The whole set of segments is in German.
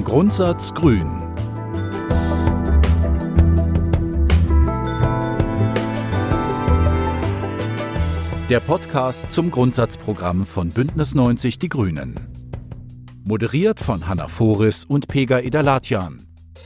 Grundsatz Grün. Der Podcast zum Grundsatzprogramm von Bündnis 90 Die Grünen. Moderiert von Hanna Foris und Pega Idalatjan.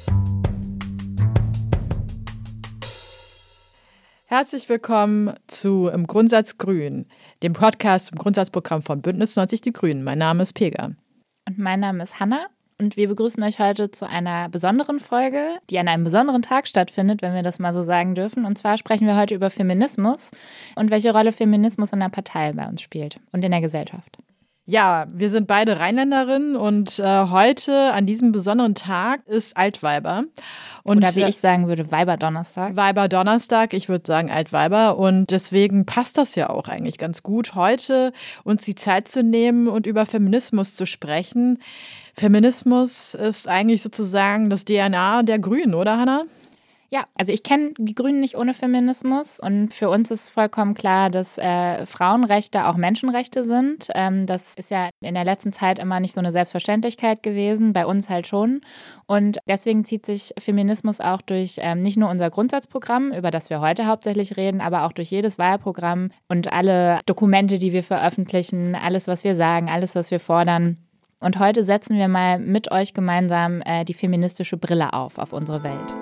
Herzlich willkommen zu Im Grundsatz Grün, dem Podcast zum Grundsatzprogramm von Bündnis 90 Die Grünen. Mein Name ist Pega. Und mein Name ist Hanna und wir begrüßen euch heute zu einer besonderen Folge, die an einem besonderen Tag stattfindet, wenn wir das mal so sagen dürfen. Und zwar sprechen wir heute über Feminismus und welche Rolle Feminismus in der Partei bei uns spielt und in der Gesellschaft. Ja, wir sind beide Rheinländerinnen und heute an diesem besonderen Tag ist Altweiber. Und, oder wie ich sagen würde, Weiberdonnerstag. Weiberdonnerstag, ich würde sagen Altweiber. Und deswegen passt das ja auch eigentlich ganz gut, heute uns die Zeit zu nehmen und über Feminismus zu sprechen. Feminismus ist eigentlich sozusagen das DNA der Grünen, oder Hanna? Ja, also ich kenne die Grünen nicht ohne Feminismus und für uns ist vollkommen klar, dass Frauenrechte auch Menschenrechte sind. Das ist ja in der letzten Zeit immer nicht so eine Selbstverständlichkeit gewesen, bei uns halt schon. Und deswegen zieht sich Feminismus auch durch nicht nur unser Grundsatzprogramm, über das wir heute hauptsächlich reden, aber auch durch jedes Wahlprogramm und alle Dokumente, die wir veröffentlichen, alles, was wir sagen, alles, was wir fordern. Und heute setzen wir mal mit euch gemeinsam die feministische Brille auf unsere Welt.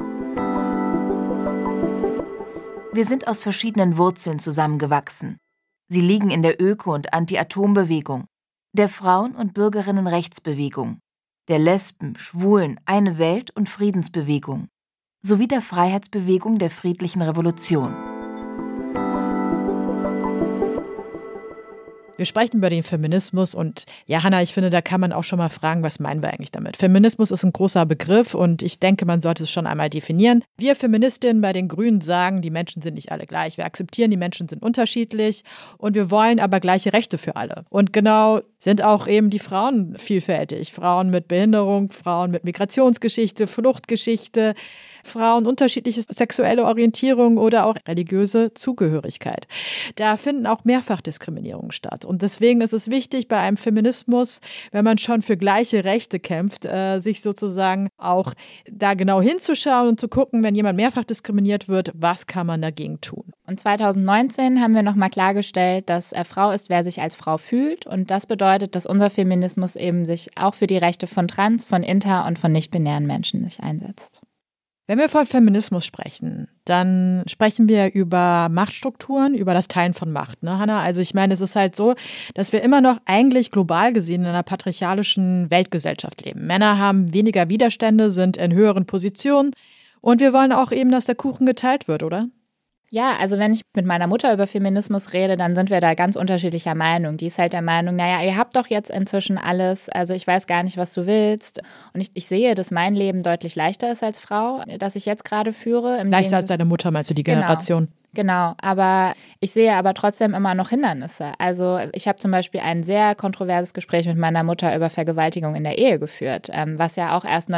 Wir sind aus verschiedenen Wurzeln zusammengewachsen. Sie liegen in der Öko- und Anti-Atom-Bewegung, der Frauen- und Bürgerinnenrechtsbewegung, der Lesben-, Schwulen-, Eine Welt- und Friedensbewegung sowie der Freiheitsbewegung der friedlichen Revolution. Wir sprechen über den Feminismus und ja, Hanna, ich finde, da kann man auch schon mal fragen, was meinen wir eigentlich damit? Feminismus ist ein großer Begriff und ich denke, man sollte es schon einmal definieren. Wir Feministinnen bei den Grünen sagen, die Menschen sind nicht alle gleich. Wir akzeptieren, die Menschen sind unterschiedlich und wir wollen aber gleiche Rechte für alle. Und genau sind auch eben die Frauen vielfältig. Frauen mit Behinderung, Frauen mit Migrationsgeschichte, Fluchtgeschichte, Frauen unterschiedliche sexuelle Orientierung oder auch religiöse Zugehörigkeit. Da finden auch Mehrfachdiskriminierungen statt. Und deswegen ist es wichtig bei einem Feminismus, wenn man schon für gleiche Rechte kämpft, sich sozusagen auch da genau hinzuschauen und zu gucken, wenn jemand mehrfach diskriminiert wird, was kann man dagegen tun. Und 2019 haben wir nochmal klargestellt, dass Frau ist, wer sich als Frau fühlt. Und das bedeutet, dass unser Feminismus eben sich auch für die Rechte von trans, von inter- und von nicht-binären Menschen sich einsetzt. Wenn wir von Feminismus sprechen, dann sprechen wir über Machtstrukturen, über das Teilen von Macht, ne, Hanna? Also ich meine, es ist halt so, dass wir immer noch eigentlich global gesehen in einer patriarchalischen Weltgesellschaft leben. Männer haben weniger Widerstände, sind in höheren Positionen und wir wollen auch eben, dass der Kuchen geteilt wird, oder? Ja, also wenn ich mit meiner Mutter über Feminismus rede, dann sind wir da ganz unterschiedlicher Meinung. Die ist halt der Meinung, naja, ihr habt doch jetzt inzwischen alles, also ich weiß gar nicht, was du willst. Und ich sehe, dass mein Leben deutlich leichter ist als Frau, das ich jetzt gerade führe. Leichter als deine Mutter, meinst du, die Generation? Genau, aber ich sehe aber trotzdem immer noch Hindernisse. Also ich habe zum Beispiel ein sehr kontroverses Gespräch mit meiner Mutter über Vergewaltigung in der Ehe geführt, was ja auch erst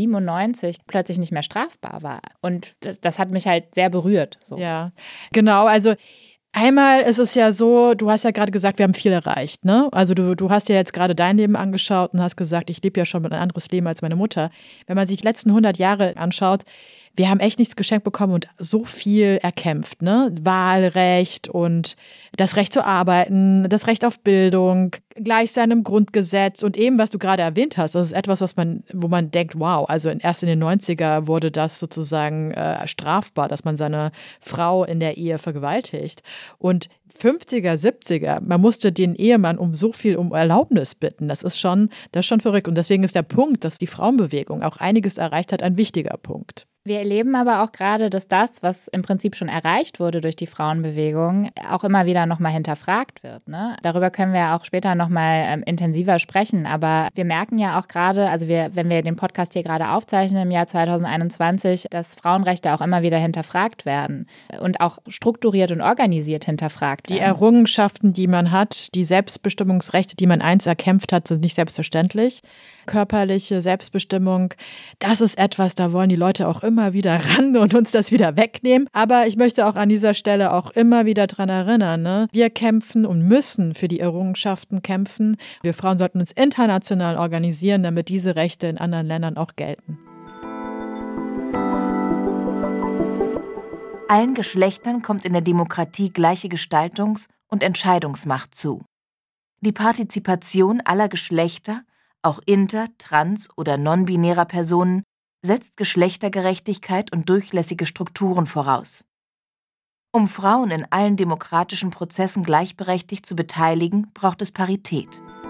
1997 plötzlich nicht mehr strafbar war. Und das hat mich halt sehr berührt. So. Ja, genau, also einmal ist es ja so, du hast ja gerade gesagt, wir haben viel erreicht, ne? Also du hast ja jetzt gerade dein Leben angeschaut und hast gesagt, ich lebe ja schon ein anderes Leben als meine Mutter. Wenn man sich die letzten 100 Jahre anschaut, wir haben echt nichts geschenkt bekommen und so viel erkämpft, ne? Wahlrecht und das Recht zu arbeiten, das Recht auf Bildung, Gleichsein im Grundgesetz und eben, was du gerade erwähnt hast, das ist etwas, wo man denkt, wow, also erst in den 90er wurde das sozusagen strafbar, dass man seine Frau in der Ehe vergewaltigt. Und 50er, 70er, man musste den Ehemann um Erlaubnis bitten. Das ist schon verrückt. Und deswegen ist der Punkt, dass die Frauenbewegung auch einiges erreicht hat, ein wichtiger Punkt. Wir erleben aber auch gerade, dass das, was im Prinzip schon erreicht wurde durch die Frauenbewegung, auch immer wieder nochmal hinterfragt wird. Ne? Darüber können wir auch später nochmal intensiver sprechen. Aber wir merken ja auch gerade, also wenn wir den Podcast hier gerade aufzeichnen im Jahr 2021, dass Frauenrechte auch immer wieder hinterfragt werden und auch strukturiert und organisiert hinterfragt werden. Die Errungenschaften, die man hat, die Selbstbestimmungsrechte, die man einst erkämpft hat, sind nicht selbstverständlich. Körperliche Selbstbestimmung, das ist etwas, da wollen die Leute auch immer wieder ran und uns das wieder wegnehmen. Aber ich möchte auch an dieser Stelle auch immer wieder dran erinnern, ne? Wir kämpfen und müssen für die Errungenschaften kämpfen. Wir Frauen sollten uns international organisieren, damit diese Rechte in anderen Ländern auch gelten. Allen Geschlechtern kommt in der Demokratie gleiche Gestaltungs- und Entscheidungsmacht zu. Die Partizipation aller Geschlechter, auch inter-, trans- oder non-binärer Personen, setzt Geschlechtergerechtigkeit und durchlässige Strukturen voraus. Um Frauen in allen demokratischen Prozessen gleichberechtigt zu beteiligen, braucht es Parität.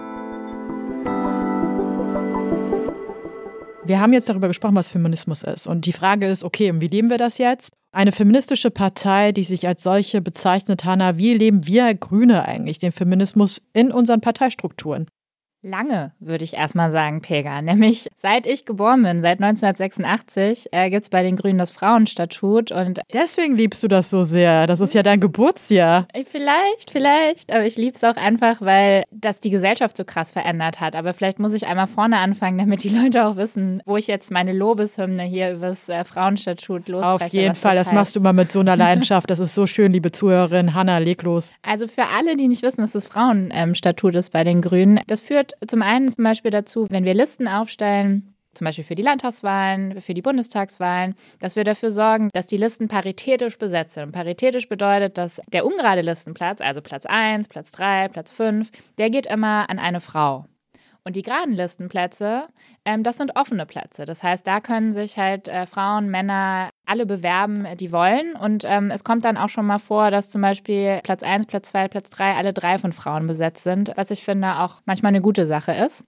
Wir haben jetzt darüber gesprochen, was Feminismus ist. Und die Frage ist, okay, und wie leben wir das jetzt? Eine feministische Partei, die sich als solche bezeichnet, Hannah, wie leben wir Grüne eigentlich den Feminismus in unseren Parteistrukturen? Lange, würde ich erstmal sagen, Pega. Nämlich seit ich geboren bin, seit 1986, gibt es bei den Grünen das Frauenstatut. Und deswegen liebst du das so sehr. Das ist ja dein Geburtsjahr. Vielleicht. Aber ich liebe es auch einfach, weil das die Gesellschaft so krass verändert hat. Aber vielleicht muss ich einmal vorne anfangen, damit die Leute auch wissen, wo ich jetzt meine Lobeshymne hier übers Frauenstatut losspreche. Auf jeden Fall, das machst du immer mit so einer Leidenschaft. Das ist so schön, liebe Zuhörerin. Hannah, leg los. Also für alle, die nicht wissen, dass das Frauenstatut ist bei den Grünen, das führt zum einen zum Beispiel dazu, wenn wir Listen aufstellen, zum Beispiel für die Landtagswahlen, für die Bundestagswahlen, dass wir dafür sorgen, dass die Listen paritätisch besetzt sind. Und paritätisch bedeutet, dass der ungerade Listenplatz, also Platz 1, Platz 3, Platz 5, der geht immer an eine Frau. Und die geraden Listenplätze, das sind offene Plätze. Das heißt, da können sich halt Frauen, Männer, alle bewerben, die wollen. Und es kommt dann auch schon mal vor, dass zum Beispiel Platz 1, Platz 2, Platz 3, alle 3 von Frauen besetzt sind, was ich finde auch manchmal eine gute Sache ist.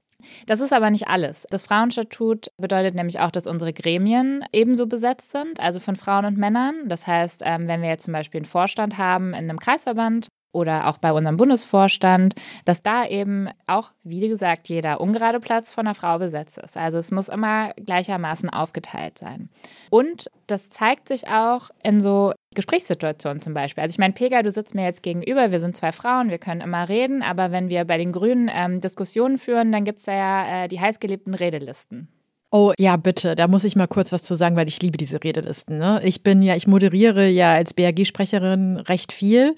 Das ist aber nicht alles. Das Frauenstatut bedeutet nämlich auch, dass unsere Gremien ebenso besetzt sind, also von Frauen und Männern. Das heißt, wenn wir jetzt zum Beispiel einen Vorstand haben in einem Kreisverband, oder auch bei unserem Bundesvorstand, dass da eben auch, wie gesagt, jeder ungerade Platz von einer Frau besetzt ist. Also es muss immer gleichermaßen aufgeteilt sein. Und das zeigt sich auch in so Gesprächssituationen zum Beispiel. Also ich meine, Pega, du sitzt mir jetzt gegenüber, wir sind 2 Frauen, wir können immer reden, aber wenn wir bei den Grünen Diskussionen führen, dann gibt es ja die heißgeliebten Redelisten. Oh ja, bitte, da muss ich mal kurz was zu sagen, weil ich liebe diese Redelisten. Ne? Ich moderiere ja als BRG-Sprecherin recht viel.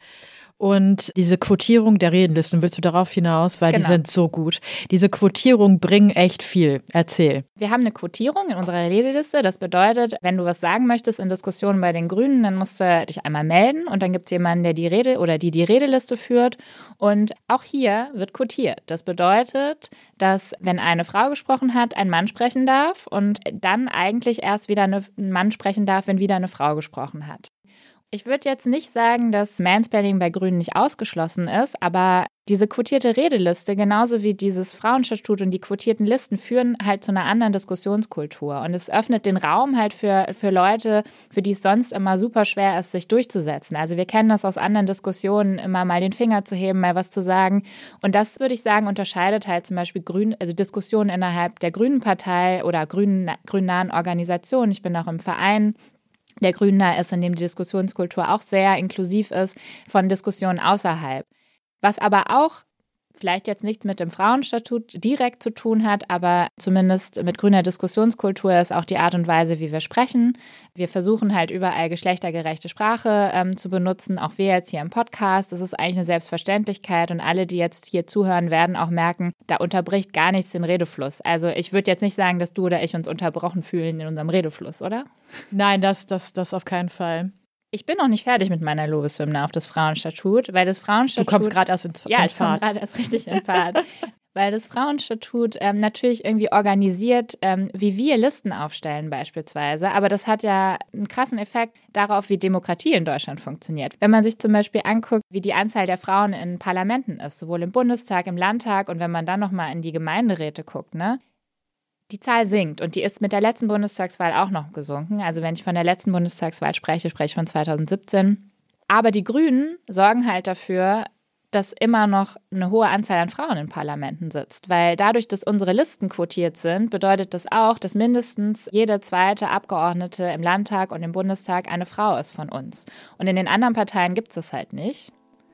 Und diese Quotierung der Redenlisten, willst du darauf hinaus? Weil die sind so gut. Diese Quotierung bringen echt viel. Erzähl. Wir haben eine Quotierung in unserer Redeliste. Das bedeutet, wenn du was sagen möchtest in Diskussionen bei den Grünen, dann musst du dich einmal melden und dann gibt es jemanden, der die Redeliste führt. Und auch hier wird quotiert. Das bedeutet, dass wenn eine Frau gesprochen hat, ein Mann sprechen darf und dann eigentlich erst wieder ein Mann sprechen darf, wenn wieder eine Frau gesprochen hat. Ich würde jetzt nicht sagen, dass Mansplaining bei Grünen nicht ausgeschlossen ist, aber diese quotierte Redeliste, genauso wie dieses Frauenstatut und die quotierten Listen, führen halt zu einer anderen Diskussionskultur. Und es öffnet den Raum halt für Leute, für die es sonst immer super schwer ist, sich durchzusetzen. Also wir kennen das aus anderen Diskussionen, immer mal den Finger zu heben, mal was zu sagen. Und das, würde ich sagen, unterscheidet halt zum Beispiel also Diskussionen innerhalb der Grünen Partei oder grünnahen Organisationen. Ich bin auch im Verein, der Grüner ist, in dem die Diskussionskultur auch sehr inklusiv ist, von Diskussionen außerhalb. Was aber auch vielleicht jetzt nichts mit dem Frauenstatut direkt zu tun hat, aber zumindest mit grüner Diskussionskultur ist auch die Art und Weise, wie wir sprechen. Wir versuchen halt überall geschlechtergerechte Sprache zu benutzen, auch wir jetzt hier im Podcast. Das ist eigentlich eine Selbstverständlichkeit und alle, die jetzt hier zuhören, werden auch merken, da unterbricht gar nichts den Redefluss. Also ich würde jetzt nicht sagen, dass du oder ich uns unterbrochen fühlen in unserem Redefluss, oder? Nein, das auf keinen Fall. Ich bin noch nicht fertig mit meiner Lobeshymne auf das Frauenstatut, weil das Frauenstatut... Du kommst gerade erst in Fahrt. Ja, ich komme gerade erst richtig in Fahrt. Weil das Frauenstatut natürlich irgendwie organisiert, wie wir Listen aufstellen beispielsweise. Aber das hat ja einen krassen Effekt darauf, wie Demokratie in Deutschland funktioniert. Wenn man sich zum Beispiel anguckt, wie die Anzahl der Frauen in Parlamenten ist, sowohl im Bundestag, im Landtag und wenn man dann nochmal in die Gemeinderäte guckt, ne? Die Zahl sinkt und die ist mit der letzten Bundestagswahl auch noch gesunken. Also wenn ich von der letzten Bundestagswahl spreche ich von 2017. Aber die Grünen sorgen halt dafür, dass immer noch eine hohe Anzahl an Frauen in Parlamenten sitzt. Weil dadurch, dass unsere Listen quotiert sind, bedeutet das auch, dass mindestens jede zweite Abgeordnete im Landtag und im Bundestag eine Frau ist von uns. Und in den anderen Parteien gibt es das halt nicht.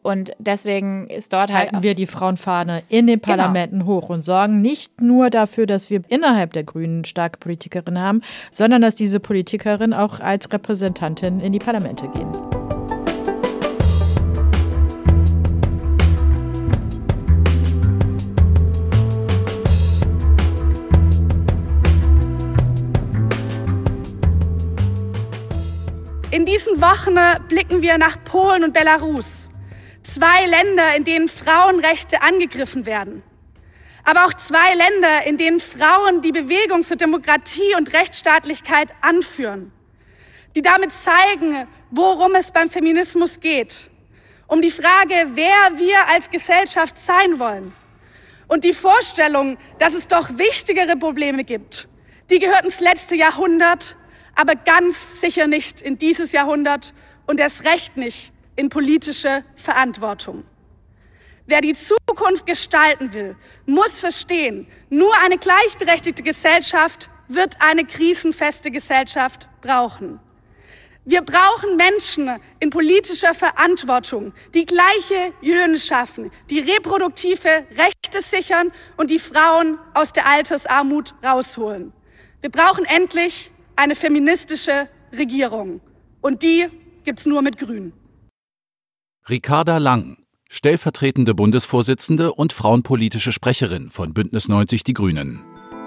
Und deswegen ist dort halt halten wir die Frauenfahne in den Parlamenten hoch und sorgen nicht nur dafür, dass wir innerhalb der Grünen starke Politikerinnen haben, sondern dass diese Politikerinnen auch als Repräsentantin in die Parlamente gehen. In diesen Wochen blicken wir nach Polen und Belarus. 2 Länder, in denen Frauenrechte angegriffen werden. Aber auch 2 Länder, in denen Frauen die Bewegung für Demokratie und Rechtsstaatlichkeit anführen. Die damit zeigen, worum es beim Feminismus geht. Um die Frage, wer wir als Gesellschaft sein wollen. Und die Vorstellung, dass es doch wichtigere Probleme gibt. Die gehörten ins letzte Jahrhundert, aber ganz sicher nicht in dieses Jahrhundert und erst recht nicht in politische Verantwortung. Wer die Zukunft gestalten will, muss verstehen, nur eine gleichberechtigte Gesellschaft wird eine krisenfeste Gesellschaft brauchen. Wir brauchen Menschen in politischer Verantwortung, die gleiche Löhne schaffen, die reproduktive Rechte sichern und die Frauen aus der Altersarmut rausholen. Wir brauchen endlich eine feministische Regierung. Und die gibt's nur mit Grünen. Ricarda Lang, stellvertretende Bundesvorsitzende und frauenpolitische Sprecherin von Bündnis 90 Die Grünen.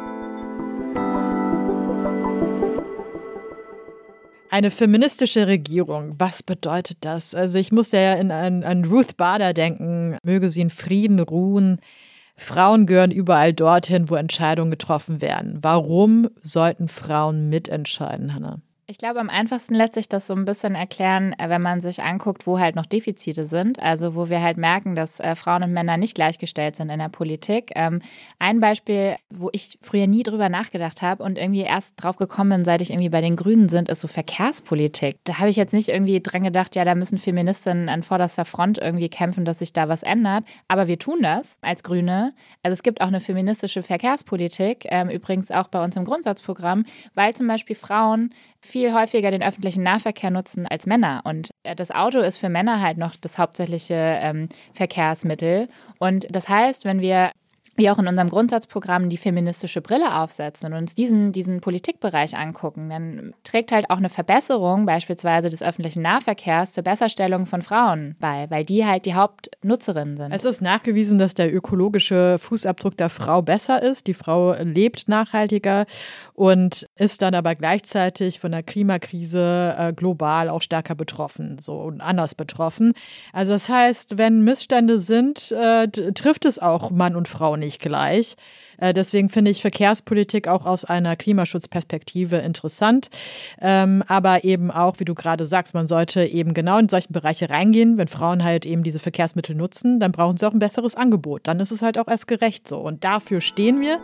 Eine feministische Regierung, was bedeutet das? Also ich muss ja an Ruth Bader denken, möge sie in Frieden ruhen. Frauen gehören überall dorthin, wo Entscheidungen getroffen werden. Warum sollten Frauen mitentscheiden, Hannah? Ich glaube, am einfachsten lässt sich das so ein bisschen erklären, wenn man sich anguckt, wo halt noch Defizite sind. Also wo wir halt merken, dass Frauen und Männer nicht gleichgestellt sind in der Politik. Ein Beispiel, wo ich früher nie drüber nachgedacht habe und irgendwie erst drauf gekommen bin, seit ich irgendwie bei den Grünen sind, ist so Verkehrspolitik. Da habe ich jetzt nicht irgendwie dran gedacht, ja, da müssen Feministinnen an vorderster Front irgendwie kämpfen, dass sich da was ändert. Aber wir tun das als Grüne. Also es gibt auch eine feministische Verkehrspolitik, übrigens auch bei uns im Grundsatzprogramm, weil zum Beispiel Frauen viel häufiger den öffentlichen Nahverkehr nutzen als Männer. Und das Auto ist für Männer halt noch das hauptsächliche Verkehrsmittel. Und das heißt, wenn wir wie auch in unserem Grundsatzprogramm die feministische Brille aufsetzen und uns diesen Politikbereich angucken, dann trägt halt auch eine Verbesserung beispielsweise des öffentlichen Nahverkehrs zur Besserstellung von Frauen bei, weil die halt die Hauptnutzerinnen sind. Es ist nachgewiesen, dass der ökologische Fußabdruck der Frau besser ist. Die Frau lebt nachhaltiger und ist dann aber gleichzeitig von der Klimakrise global auch stärker betroffen, so und anders betroffen. Also das heißt, wenn Missstände sind, trifft es auch Mann und Frau nicht gleich. Deswegen finde ich Verkehrspolitik auch aus einer Klimaschutzperspektive interessant. Aber eben auch, wie du gerade sagst, man sollte eben genau in solche Bereiche reingehen. Wenn Frauen halt eben diese Verkehrsmittel nutzen, dann brauchen sie auch ein besseres Angebot. Dann ist es halt auch erst gerecht so. Und dafür stehen wir.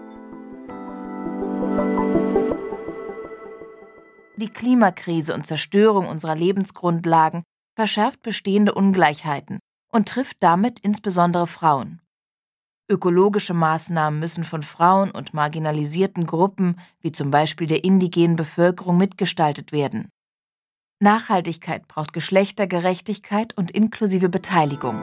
Die Klimakrise und Zerstörung unserer Lebensgrundlagen verschärft bestehende Ungleichheiten und trifft damit insbesondere Frauen. Ökologische Maßnahmen müssen von Frauen und marginalisierten Gruppen, wie zum Beispiel der indigenen Bevölkerung, mitgestaltet werden. Nachhaltigkeit braucht Geschlechtergerechtigkeit und inklusive Beteiligung.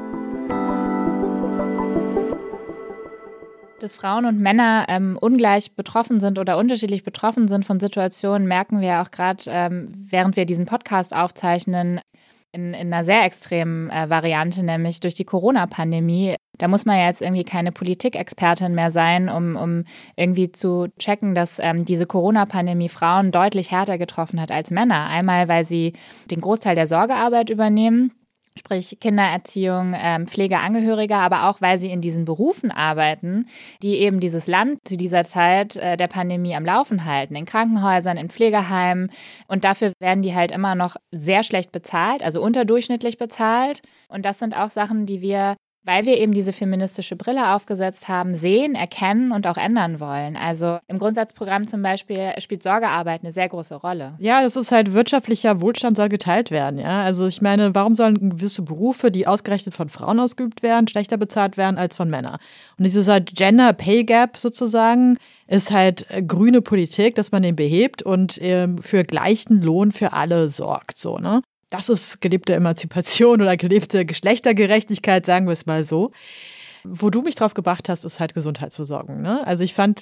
Dass Frauen und Männer ungleich betroffen sind oder unterschiedlich betroffen sind von Situationen, merken wir auch gerade, während wir diesen Podcast aufzeichnen, in einer sehr extremen Variante, nämlich durch die Corona-Pandemie. Da muss man ja jetzt irgendwie keine Politikexpertin mehr sein, um irgendwie zu checken, dass diese Corona-Pandemie Frauen deutlich härter getroffen hat als Männer. Einmal, weil sie den Großteil der Sorgearbeit übernehmen, sprich Kindererziehung, Pflegeangehöriger, aber auch, weil sie in diesen Berufen arbeiten, die eben dieses Land zu dieser Zeit der Pandemie am Laufen halten, in Krankenhäusern, in Pflegeheimen. Und dafür werden die halt immer noch sehr schlecht bezahlt, also unterdurchschnittlich bezahlt. Und das sind auch Sachen, die wir, weil wir eben diese feministische Brille aufgesetzt haben, sehen, erkennen und auch ändern wollen. Also im Grundsatzprogramm zum Beispiel spielt Sorgearbeit eine sehr große Rolle. Ja, das ist halt wirtschaftlicher Wohlstand soll geteilt werden. Ja? Also ich meine, warum sollen gewisse Berufe, die ausgerechnet von Frauen ausgeübt werden, schlechter bezahlt werden als von Männern? Und dieses halt Gender Pay Gap sozusagen ist halt grüne Politik, dass man den behebt und für gleichen Lohn für alle sorgt. So, ne? Das ist gelebte Emanzipation oder gelebte Geschlechtergerechtigkeit, sagen wir es mal so. Wo du mich drauf gebracht hast, ist halt Gesundheitsversorgung. Ne? Also ich fand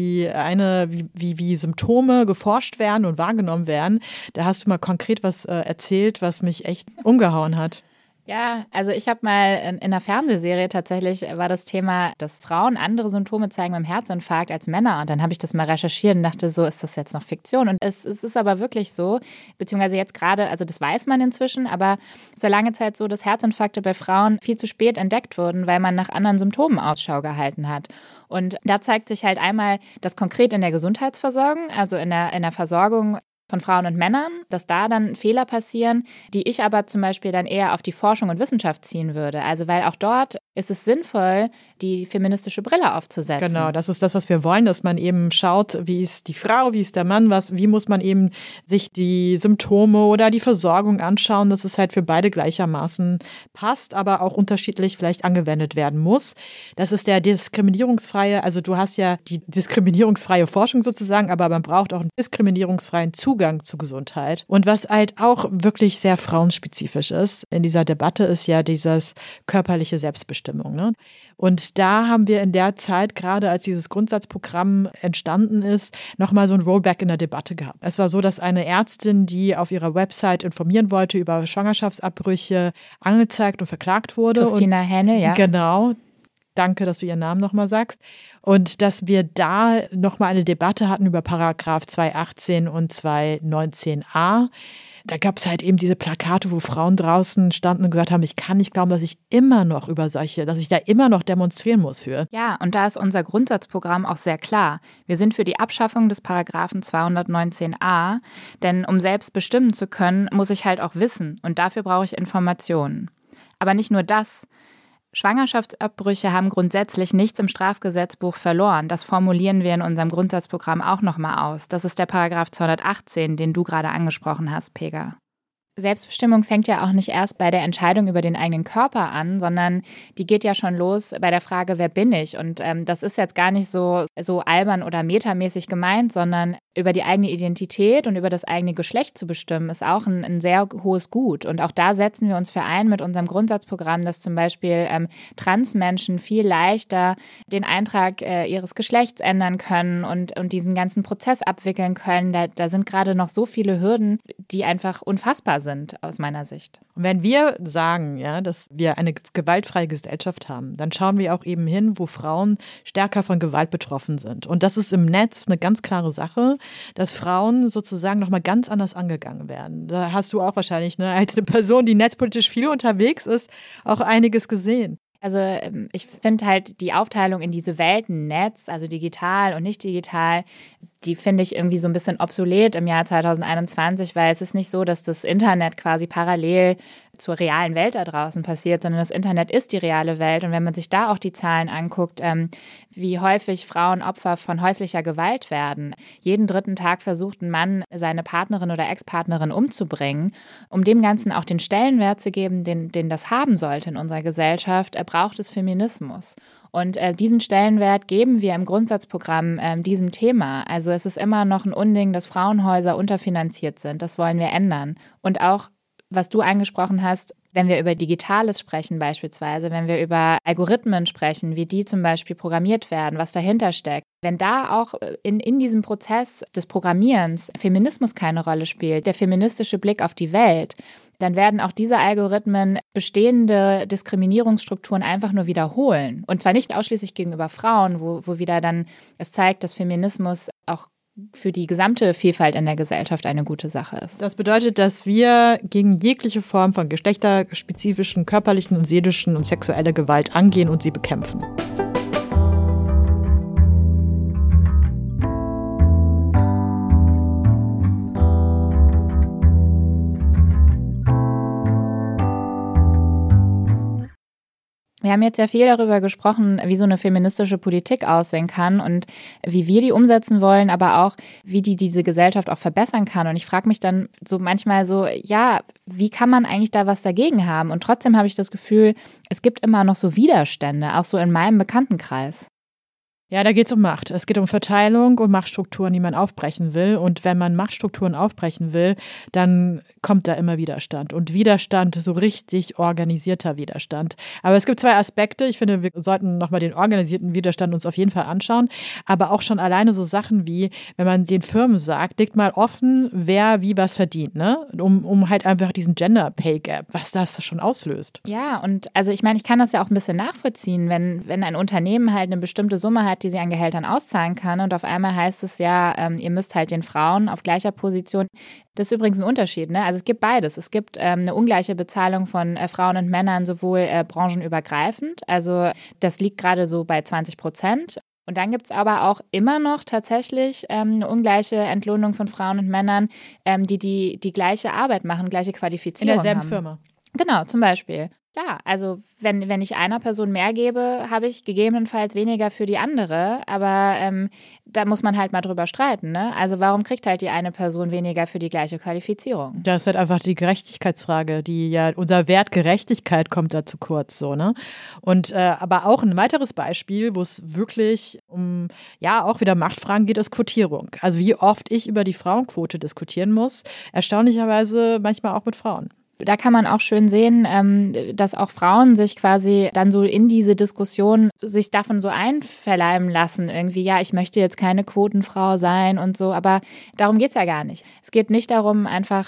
wie Symptome geforscht werden und wahrgenommen werden, da hast du mal konkret was erzählt, was mich echt umgehauen hat. Ja, also ich habe mal in einer Fernsehserie tatsächlich war das Thema, dass Frauen andere Symptome zeigen beim Herzinfarkt als Männer. Und dann habe ich das mal recherchiert und dachte, so ist das jetzt noch Fiktion. Und es ist aber wirklich so, beziehungsweise jetzt gerade, also das weiß man inzwischen, aber es war lange Zeit so, dass Herzinfarkte bei Frauen viel zu spät entdeckt wurden, weil man nach anderen Symptomen Ausschau gehalten hat. Und da zeigt sich halt einmal das konkret in der Gesundheitsversorgung, also in der Versorgung von Frauen und Männern, dass da dann Fehler passieren, die ich aber zum Beispiel dann eher auf die Forschung und Wissenschaft ziehen würde. Also weil auch dort ist es sinnvoll, die feministische Brille aufzusetzen. Genau, das ist das, was wir wollen, dass man eben schaut, wie ist die Frau, wie ist der Mann, wie muss man eben sich die Symptome oder die Versorgung anschauen, dass es halt für beide gleichermaßen passt, aber auch unterschiedlich vielleicht angewendet werden muss. Das ist der diskriminierungsfreie, also du hast ja die diskriminierungsfreie Forschung sozusagen, aber man braucht auch einen diskriminierungsfreien Zugang zu Gesundheit. Und was halt auch wirklich sehr frauenspezifisch ist in dieser Debatte, ist ja dieses körperliche Selbstbestimmung. Ne? Und da haben wir in der Zeit, gerade als dieses Grundsatzprogramm entstanden ist, nochmal so ein Rollback in der Debatte gehabt. Es war so, dass eine Ärztin, die auf ihrer Website informieren wollte über Schwangerschaftsabbrüche, angezeigt und verklagt wurde. Christina Hähnel, ja. Genau. Danke, dass du ihren Namen nochmal sagst. Und dass wir da nochmal eine Debatte hatten über Paragraph 218 und 219a. Da gab es halt eben diese Plakate, wo Frauen draußen standen und gesagt haben, ich kann nicht glauben, dass ich da immer noch demonstrieren muss für. Ja, und da ist unser Grundsatzprogramm auch sehr klar. Wir sind für die Abschaffung des Paragraphen 219a, denn um selbst bestimmen zu können, muss ich halt auch wissen und dafür brauche ich Informationen. Aber nicht nur das. Schwangerschaftsabbrüche haben grundsätzlich nichts im Strafgesetzbuch verloren. Das formulieren wir in unserem Grundsatzprogramm auch nochmal aus. Das ist der Paragraph 218, den du gerade angesprochen hast, Pega. Selbstbestimmung fängt ja auch nicht erst bei der Entscheidung über den eigenen Körper an, sondern die geht ja schon los bei der Frage, wer bin ich? Und das ist jetzt gar nicht so albern oder metamäßig gemeint, sondern über die eigene Identität und über das eigene Geschlecht zu bestimmen, ist auch ein sehr hohes Gut. Und auch da setzen wir uns für ein mit unserem Grundsatzprogramm, dass zum Beispiel Transmenschen viel leichter den Eintrag ihres Geschlechts ändern können und diesen ganzen Prozess abwickeln können. Da sind gerade noch so viele Hürden, die einfach unfassbar sind aus meiner Sicht. Und wenn wir sagen, ja, dass wir eine gewaltfreie Gesellschaft haben, dann schauen wir auch eben hin, wo Frauen stärker von Gewalt betroffen sind. Und das ist im Netz eine ganz klare Sache, dass Frauen sozusagen nochmal ganz anders angegangen werden. Da hast du auch wahrscheinlich, ne, als eine Person, die netzpolitisch viel unterwegs ist, auch einiges gesehen. Also ich finde halt die Aufteilung in diese Welten, Netz, also digital und nicht digital, die finde ich irgendwie so ein bisschen obsolet im Jahr 2021, weil es ist nicht so, dass das Internet quasi parallel zur realen Welt da draußen passiert, sondern das Internet ist die reale Welt. Und wenn man sich da auch die Zahlen anguckt, wie häufig Frauen Opfer von häuslicher Gewalt werden. Jeden 3. Tag versucht ein Mann, seine Partnerin oder Ex-Partnerin umzubringen. Um dem Ganzen auch den Stellenwert zu geben, den das haben sollte in unserer Gesellschaft, braucht es Feminismus. Und diesen Stellenwert geben wir im Grundsatzprogramm diesem Thema. Also es ist immer noch ein Unding, dass Frauenhäuser unterfinanziert sind. Das wollen wir ändern. Und auch, was du angesprochen hast, wenn wir über Digitales sprechen beispielsweise, wenn wir über Algorithmen sprechen, wie die zum Beispiel programmiert werden, was dahinter steckt. Wenn da auch in diesem Prozess des Programmierens Feminismus keine Rolle spielt, der feministische Blick auf die Welt, dann werden auch diese Algorithmen bestehende Diskriminierungsstrukturen einfach nur wiederholen. Und zwar nicht ausschließlich gegenüber Frauen, wo wieder dann es zeigt, dass Feminismus auch für die gesamte Vielfalt in der Gesellschaft eine gute Sache ist. Das bedeutet, dass wir gegen jegliche Form von geschlechterspezifischen, körperlichen und seelischen und sexueller Gewalt angehen und sie bekämpfen. Wir haben jetzt sehr viel darüber gesprochen, wie so eine feministische Politik aussehen kann und wie wir die umsetzen wollen, aber auch, wie die diese Gesellschaft auch verbessern kann. Und ich frage mich dann so manchmal so, ja, wie kann man eigentlich da was dagegen haben? Und trotzdem habe ich das Gefühl, es gibt immer noch so Widerstände, auch so in meinem Bekanntenkreis. Ja, da geht es um Macht. Es geht um Verteilung und Machtstrukturen, die man aufbrechen will. Und wenn man Machtstrukturen aufbrechen will, dann kommt da immer Widerstand. Und Widerstand, so richtig organisierter Widerstand. Aber es gibt zwei Aspekte. Ich finde, wir sollten nochmal den organisierten Widerstand uns auf jeden Fall anschauen. Aber auch schon alleine so Sachen wie, wenn man den Firmen sagt, legt mal offen, wer wie was verdient, ne? Um halt einfach diesen Gender Pay Gap, was das schon auslöst. Ja, und also ich meine, ich kann das ja auch ein bisschen nachvollziehen, wenn ein Unternehmen halt eine bestimmte Summe hat, die sie an Gehältern auszahlen kann und auf einmal heißt es ja, ihr müsst halt den Frauen auf gleicher Position. Das ist übrigens ein Unterschied, ne? Also es gibt beides. Es gibt eine ungleiche Bezahlung von Frauen und Männern, sowohl branchenübergreifend. Also das liegt gerade so bei 20%. Und dann gibt es aber auch immer noch tatsächlich eine ungleiche Entlohnung von Frauen und Männern, die gleiche Arbeit machen, gleiche Qualifizierung haben. In derselben Firma. Genau, zum Beispiel. Klar, also wenn ich einer Person mehr gebe, habe ich gegebenenfalls weniger für die andere, aber da muss man halt mal drüber streiten, ne? Also warum kriegt halt die eine Person weniger für die gleiche Qualifizierung? Das ist halt einfach die Gerechtigkeitsfrage, unser Wert Gerechtigkeit kommt da zu kurz, so, ne? Und aber auch ein weiteres Beispiel, wo es wirklich um, auch wieder Machtfragen geht, ist Quotierung. Also wie oft ich über die Frauenquote diskutieren muss, erstaunlicherweise manchmal auch mit Frauen. Da kann man auch schön sehen, dass auch Frauen sich quasi dann so in diese Diskussion sich davon so einverleiben lassen. Irgendwie, ja, ich möchte jetzt keine Quotenfrau sein und so, aber darum geht's ja gar nicht. Es geht nicht darum, einfach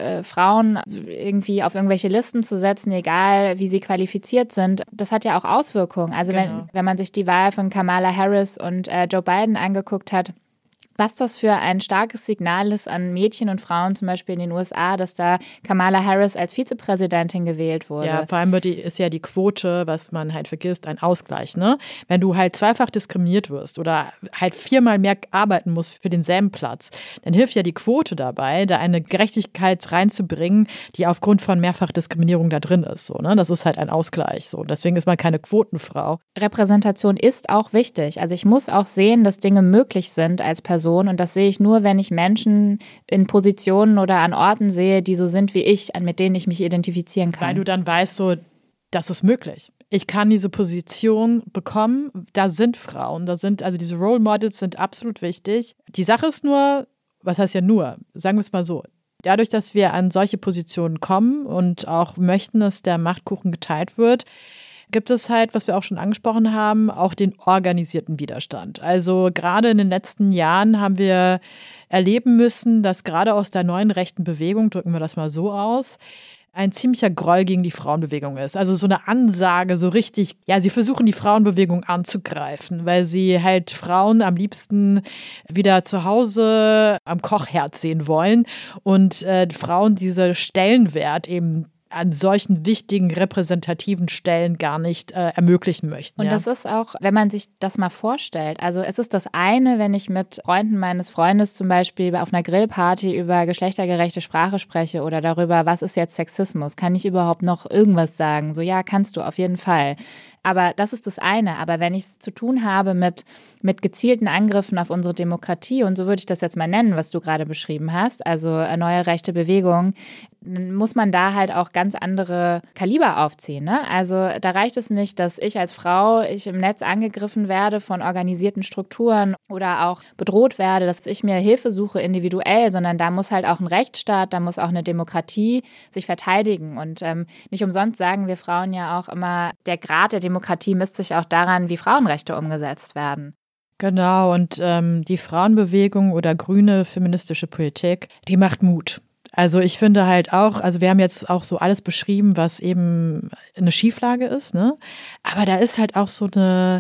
Frauen irgendwie auf irgendwelche Listen zu setzen, egal wie sie qualifiziert sind. Das hat ja auch Auswirkungen. Also genau. wenn man sich die Wahl von Kamala Harris und Joe Biden angeguckt hat, was das für ein starkes Signal ist an Mädchen und Frauen, zum Beispiel in den USA, dass da Kamala Harris als Vizepräsidentin gewählt wurde. Ja, vor allem ist ja die Quote, was man halt vergisst, ein Ausgleich, ne? Wenn du halt zweifach diskriminiert wirst oder halt 4-mal mehr arbeiten musst für denselben Platz, dann hilft ja die Quote dabei, da eine Gerechtigkeit reinzubringen, die aufgrund von Mehrfachdiskriminierung da drin ist, so, ne? Das ist halt ein Ausgleich, so. Deswegen ist man keine Quotenfrau. Repräsentation ist auch wichtig. Also ich muss auch sehen, dass Dinge möglich sind als Person. Und das sehe ich nur, wenn ich Menschen in Positionen oder an Orten sehe, die so sind wie ich, mit denen ich mich identifizieren kann. Weil du dann weißt, so, das ist möglich. Ich kann diese Position bekommen, da sind Frauen, also diese Role Models sind absolut wichtig. Die Sache ist nur, was heißt ja nur, sagen wir es mal so, dadurch, dass wir an solche Positionen kommen und auch möchten, dass der Machtkuchen geteilt wird, gibt es halt, was wir auch schon angesprochen haben, auch den organisierten Widerstand. Also gerade in den letzten Jahren haben wir erleben müssen, dass gerade aus der neuen rechten Bewegung, drücken wir das mal so aus, ein ziemlicher Groll gegen die Frauenbewegung ist. Also so eine Ansage, so richtig, sie versuchen die Frauenbewegung anzugreifen, weil sie halt Frauen am liebsten wieder zu Hause am Kochherd sehen wollen und Frauen diese Stellenwert eben an solchen wichtigen, repräsentativen Stellen gar nicht ermöglichen möchten. Und das ist auch, wenn man sich das mal vorstellt, also es ist das eine, wenn ich mit Freunden meines Freundes zum Beispiel auf einer Grillparty über geschlechtergerechte Sprache spreche oder darüber, was ist jetzt Sexismus, kann ich überhaupt noch irgendwas sagen? So, ja, kannst du auf jeden Fall. Aber das ist das eine. Aber wenn ich es zu tun habe mit gezielten Angriffen auf unsere Demokratie, und so würde ich das jetzt mal nennen, was du gerade beschrieben hast, also neue rechte Bewegung, dann muss man da halt auch ganz andere Kaliber aufziehen, ne? Also da reicht es nicht, dass ich als Frau im Netz angegriffen werde von organisierten Strukturen oder auch bedroht werde, dass ich mir Hilfe suche individuell, sondern da muss halt auch ein Rechtsstaat, da muss auch eine Demokratie sich verteidigen. Und nicht umsonst sagen wir Frauen ja auch immer, der Grad der Demokratie misst sich auch daran, wie Frauenrechte umgesetzt werden. Genau, und die Frauenbewegung oder grüne feministische Politik, die macht Mut. Also ich finde halt auch, also wir haben jetzt auch so alles beschrieben, was eben eine Schieflage ist, ne? Aber da ist halt auch so eine,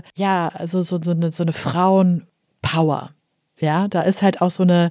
so eine Frauenpower. Ja, da ist halt auch so ein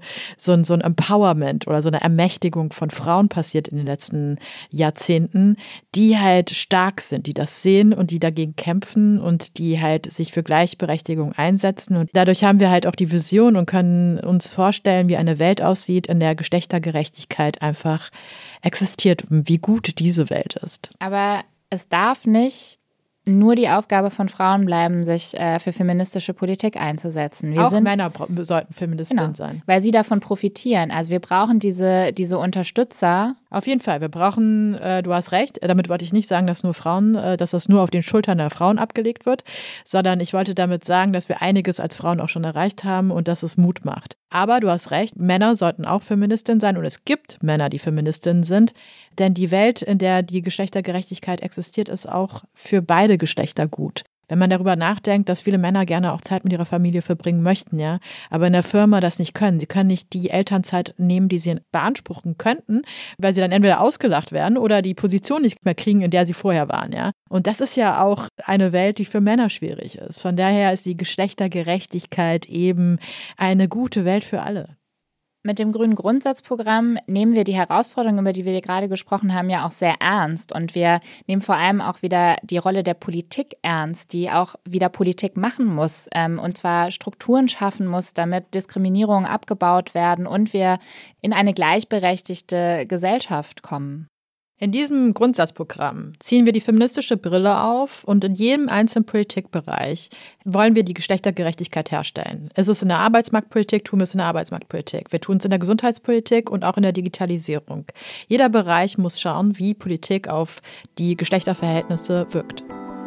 Empowerment oder so eine Ermächtigung von Frauen passiert in den letzten Jahrzehnten, die halt stark sind, die das sehen und die dagegen kämpfen und die halt sich für Gleichberechtigung einsetzen. Und dadurch haben wir halt auch die Vision und können uns vorstellen, wie eine Welt aussieht, in der Geschlechtergerechtigkeit einfach existiert und wie gut diese Welt ist. Aber es darf nicht nur die Aufgabe von Frauen bleiben, sich für feministische Politik einzusetzen. Auch Männer sollten Feministinnen sein. Weil sie davon profitieren. Also wir brauchen diese Unterstützer. Auf jeden Fall, wir brauchen, du hast recht, damit wollte ich nicht sagen, dass das nur auf den Schultern der Frauen abgelegt wird, sondern ich wollte damit sagen, dass wir einiges als Frauen auch schon erreicht haben und dass es Mut macht. Aber du hast recht, Männer sollten auch Feministinnen sein und es gibt Männer, die Feministinnen sind, denn die Welt, in der die Geschlechtergerechtigkeit existiert, ist auch für beide Geschlechter gut. Wenn man darüber nachdenkt, dass viele Männer gerne auch Zeit mit ihrer Familie verbringen möchten, ja, aber in der Firma das nicht können. Sie können nicht die Elternzeit nehmen, die sie beanspruchen könnten, weil sie dann entweder ausgelacht werden oder die Position nicht mehr kriegen, in der sie vorher waren, ja. Und das ist ja auch eine Welt, die für Männer schwierig ist. Von daher ist die Geschlechtergerechtigkeit eben eine gute Welt für alle. Mit dem Grünen Grundsatzprogramm nehmen wir die Herausforderungen, über die wir gerade gesprochen haben, ja auch sehr ernst. Und wir nehmen vor allem auch wieder die Rolle der Politik ernst, die auch wieder Politik machen muss. Und zwar Strukturen schaffen muss, damit Diskriminierungen abgebaut werden und wir in eine gleichberechtigte Gesellschaft kommen. In diesem Grundsatzprogramm ziehen wir die feministische Brille auf und in jedem einzelnen Politikbereich wollen wir die Geschlechtergerechtigkeit herstellen. Ist es in der Arbeitsmarktpolitik, tun wir es in der Arbeitsmarktpolitik. Wir tun es in der Gesundheitspolitik und auch in der Digitalisierung. Jeder Bereich muss schauen, wie Politik auf die Geschlechterverhältnisse wirkt.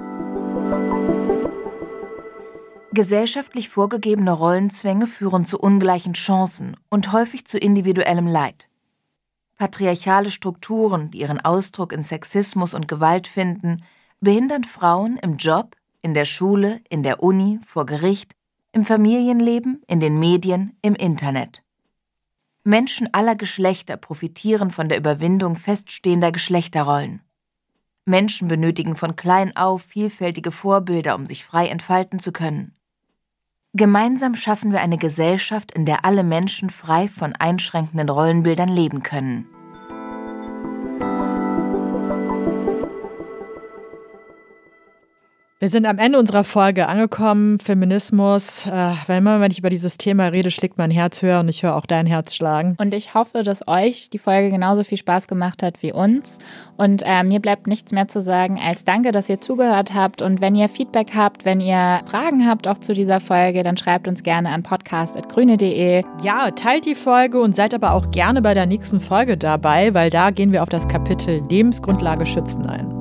Gesellschaftlich vorgegebene Rollenzwänge führen zu ungleichen Chancen und häufig zu individuellem Leid. Patriarchale Strukturen, die ihren Ausdruck in Sexismus und Gewalt finden, behindern Frauen im Job, in der Schule, in der Uni, vor Gericht, im Familienleben, in den Medien, im Internet. Menschen aller Geschlechter profitieren von der Überwindung feststehender Geschlechterrollen. Menschen benötigen von klein auf vielfältige Vorbilder, um sich frei entfalten zu können. Gemeinsam schaffen wir eine Gesellschaft, in der alle Menschen frei von einschränkenden Rollenbildern leben können. Wir sind am Ende unserer Folge angekommen. Feminismus, wenn ich über dieses Thema rede, schlägt mein Herz höher und ich höre auch dein Herz schlagen. Und ich hoffe, dass euch die Folge genauso viel Spaß gemacht hat wie uns. Und mir bleibt nichts mehr zu sagen als danke, dass ihr zugehört habt. Und wenn ihr Feedback habt, wenn ihr Fragen habt auch zu dieser Folge, dann schreibt uns gerne an podcast@grüne.de. Ja, teilt die Folge und seid aber auch gerne bei der nächsten Folge dabei, weil da gehen wir auf das Kapitel Lebensgrundlage schützen ein.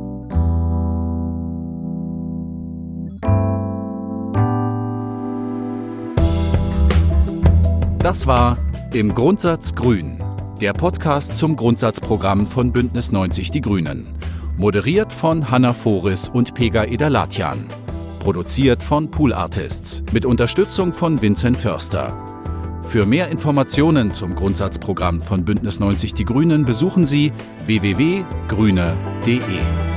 Das war Im Grundsatz Grün, der Podcast zum Grundsatzprogramm von Bündnis 90 Die Grünen. Moderiert von Hannah Foris und Pega Eder-Latjan. Produziert von Pool Artists mit Unterstützung von Vincent Förster. Für mehr Informationen zum Grundsatzprogramm von Bündnis 90 Die Grünen besuchen Sie www.grüne.de.